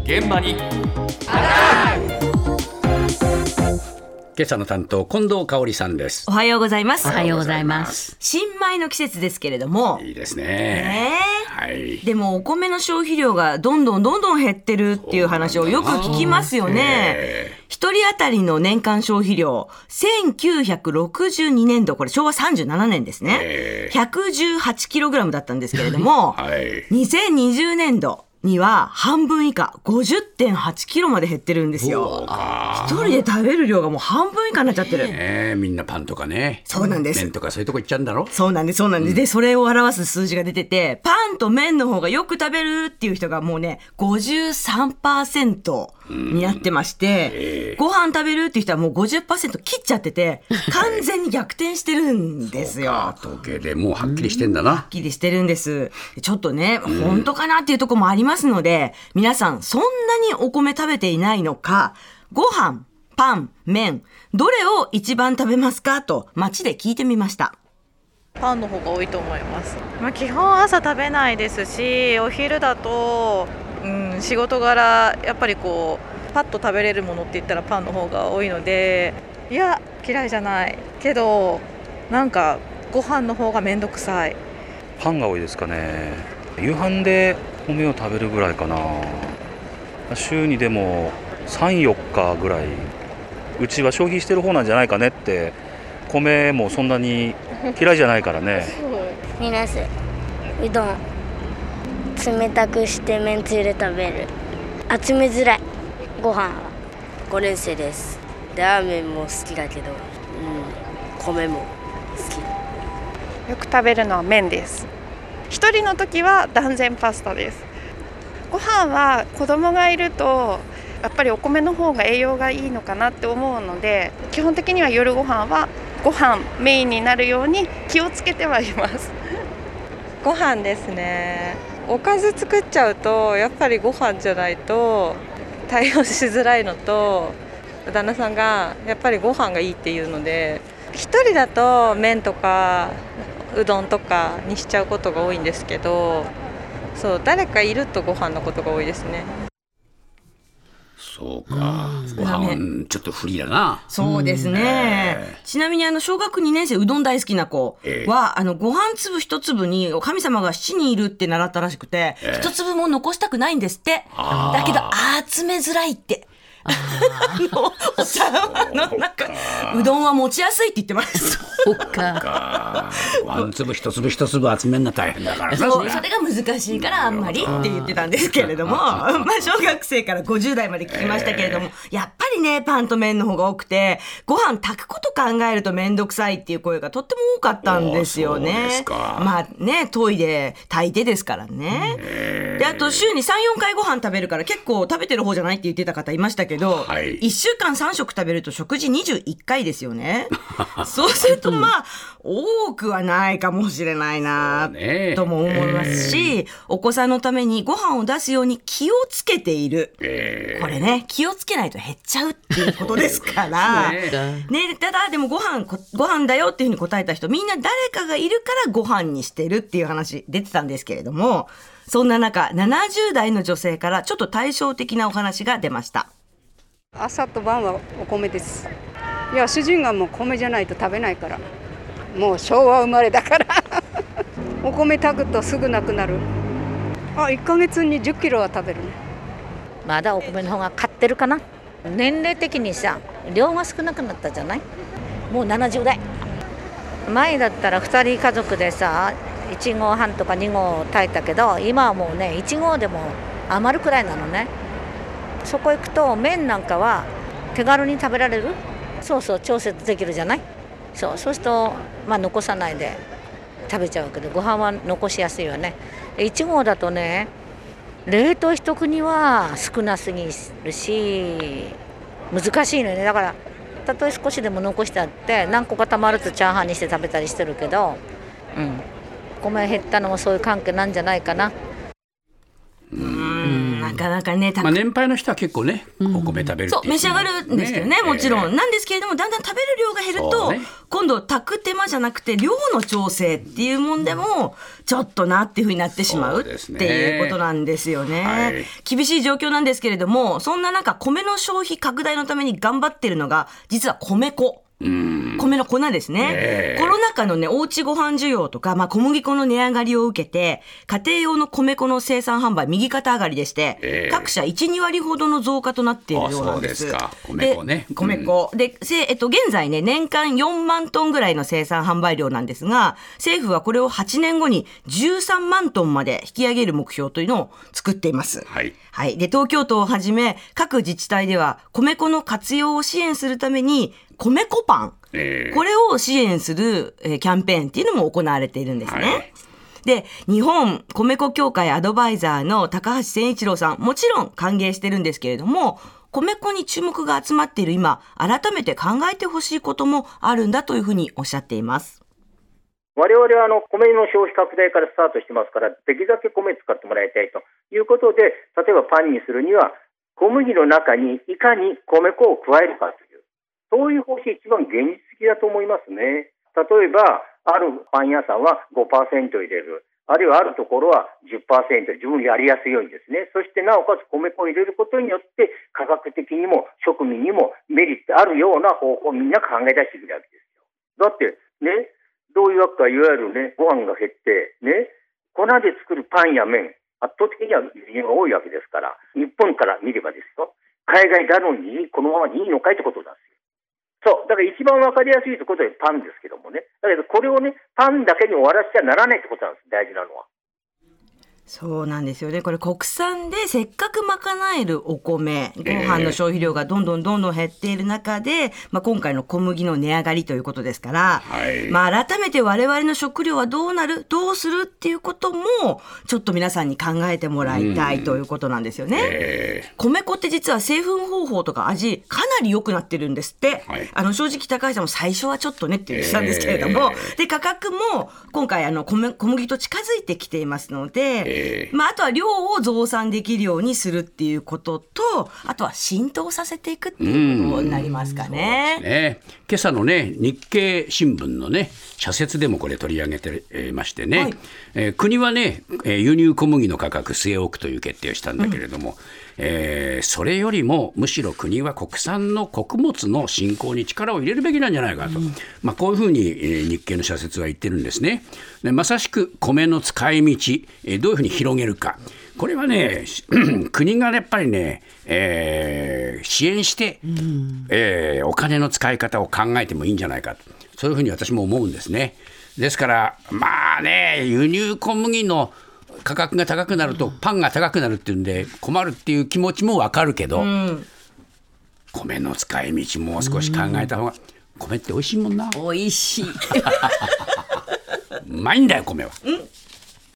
現場に今朝の担当近藤香織さんです。 おはようございます。 おはようございます。 新米の季節ですけれども、 いいですね、はい、 でもお米の消費量がどんどん減ってるっていう話をよく聞きますよね。一人当たりの年間消費量1962年度、これ昭和37年ですね、118kg だったんですけれども、はい、2020年度には半分以下 50.8 キロまで減ってるんですよ。一人で食べる量がもう半分以下になっちゃってる、 みんなパンとかね、 そうなんです、 麺とかそういうとこ行っちゃうんだろ。 そうなんです、でそれを表す数字が出てて、パンと麺の方がよく食べるっていう人がもうね 53% になってまして、ご飯食べるっていう人はもう 50% 切っちゃってて、完全に逆転してるんですよ。 統計でもうはっきりしてんだな。 はっきりしてるんです。ちょっとね、本当かなっていうところもありますので、皆さんそんなにお米食べていないのか、ご飯、パン、麺、どれを一番食べますかと街で聞いてみました。 パンの方が多いと思います。基本朝食べないですし、お昼だと、仕事柄やっぱりこうパッと食べれるものって言ったらパンの方が多いので、いや嫌いじゃないけど、なんかご飯の方がめんどくさい。 パンが多いですかね。夕飯で米を食べるぐらいかな。週にでも 3,4 日ぐらい。うちは消費してる方なんじゃないかねって。米もそんなに嫌いじゃないからね。 みなすうどん冷たくしてめんつゆで食べる。集めづらい。ご飯は 5年生です。ラーメンも好きだけど、米も好き。 よく食べるのは麺です。一人の時は断然パスタです。ご飯は子供がいるとやっぱりお米の方が栄養がいいのかなって思うので、基本的には夜ご飯はご飯メインになるように気をつけてはいますご飯ですね。おかず作っちゃうとやっぱりご飯じゃないと対応しづらいのと、旦那さんがやっぱりご飯がいいっていうので、一人だと麺とかうどんとかにしちゃうことが多いんですけど、そう誰かいるとご飯のことが多いですね。 そうか、ご飯ちょっと不利だな。 そうですね、ちなみに小学2年生うどん大好きな子は、ご飯粒一粒に神様が7人いるって習ったらしくて、一粒も残したくないんですって。だけど集めづらいってお茶碗の中、うどんは持ちやすいって言ってます。 そっか。 ご飯粒一粒一粒集めるの大変だからそれが難しいからあんまりって言ってたんですけれども、小学生から50代まで聞きましたけれども、やっぱりねパンと麺の方が多くて、ご飯炊くこと考えるとめんどくさいっていう声がとっても多かったんですよね。研いで炊いてですからね。であと週に 3,4 回ご飯食べるから結構食べてる方じゃないって言ってた方いましたけど、1週間3食食べると食事21回ですよねそうすると多くはないかもしれないなとも思いますし、お子さんのためにご飯を出すように気をつけている、これね気をつけないと減っちゃうっていうことですからただでもご飯だよっていうふうに答えた人みんな誰かがいるからご飯にしてるっていう話出てたんですけれども、そんな中70代の女性からちょっと対照的なお話が出ました。 朝と晩はお米です。いや主人がもう米じゃないと食べないから、もう昭和生まれだからお米炊くとすぐなくなる。1ヶ月に10キロは食べるね。 まだお米の方が買ってるかな。年齢的にさ量が少なくなったじゃない。もう70代。前だったら2人家族でさ1合半とか2合炊いたけど、今はもうね1合でも余るくらいなのね。そこ行くと麺なんかは手軽に食べられる。そう調節できるじゃない。そうすると残さないで食べちゃうけど、ご飯は残しやすいよね。1合だとね冷凍しとくには少なすぎるし難しいのよね。だからたとえ少しでも残してあって何個かたまるとチャーハンにして食べたりしてるけど、米減ったのもそういう関係なんじゃないかな。 かなかね、 年配の人は結構ね、お米食べるっていうそう召し上がるんですけどね、もちろんなんですけれども、だんだん食べる量が減ると、今度炊く手間じゃなくて量の調整っていうもんでもちょっとなっていう風になってしまうっていうことなんですよね。厳しい状況なんですけれども、そんな中米の消費拡大のために頑張ってるのが実は米粉。米の粉ですね。コロナ禍のね、おうちご飯需要とか、小麦粉の値上がりを受けて、家庭用の米粉の生産販売右肩上がりでして、各社 1,2 割ほどの増加となっているようなんです。 そうですか。米粉ね。 米粉。で、現在ね、年間4万トンぐらいの生産販売量なんですが、政府はこれを8年後に13万トンまで引き上げる目標というのを作っています。はい。で、東京都をはじめ、各自治体では、米粉の活用を支援するために、米粉パン、これを支援する、キャンペーンっていうのも行われているんですね。で、日本米粉協会アドバイザーの高橋千一郎さん、もちろん歓迎してるんですけれども、米粉に注目が集まっている今、改めて考えてほしいこともあるんだというふうにおっしゃっています。 我々は米の消費拡大からスタートしてますから、できるだけ米使ってもらいたいということで、例えばパンにするには小麦の中にいかに米粉を加えるかという、そういう方針一番現実的だと思いますね。例えばあるパン屋さんは 5% 入れる、あるいはあるところは 10% 自分やりやすいようにですね、そしてなおかつ米粉を入れることによって価格的にも庶民にもメリットあるような方法をみんな考え出してくるわけですよ。だってね、どういうわけか、いわゆるね、ご飯が減ってね、粉で作るパンや麺、圧倒的には輸入が多いわけですから、日本から見ればですよ、海外だのにこのままでいいのかいってことなんですよ。そう、だから一番わかりやすいところでパンですけどもね、だけどこれをね、パンだけに終わらせちゃならないってことなんです、大事なのは。 そうなんですよね。これ国産でせっかく賄えるお米、ご飯の消費量がどんどん減っている中で、今回の小麦の値上がりということですから、改めて我々の食料はどうどうするっていうこともちょっと皆さんに考えてもらいたいということなんですよね。米粉って実は製粉方法とか味かなり良くなってるんですって。正直高橋さんも最初はちょっとねって言ってたんですけれども、で価格も今回小麦と近づいてきていますので、あとは量を増産できるようにするっていうことと、あとは浸透させていくっていうことになりますかね。 今朝のね、日経新聞のね、社説でもこれ取り上げてましてね、国はね、輸入小麦の価格据え置くという決定をしたんだけれども、それよりもむしろ国は国産の穀物の振興に力を入れるべきなんじゃないかと、こういうふうに、日経の社説は言ってるんですね。でまさしく米の使い道、どういうふうに広げるか、これはね国がやっぱりね、支援して、お金の使い方を考えてもいいんじゃないかと、そういうふうに私も思うんですね。ですから輸入小麦の価格が高くなるとパンが高くなるっていうんで困るっていう気持ちもわかるけど、米の使い道もう少し考えた方が、米って美味しいもんな。 美味しい。 うまいんだよ米は。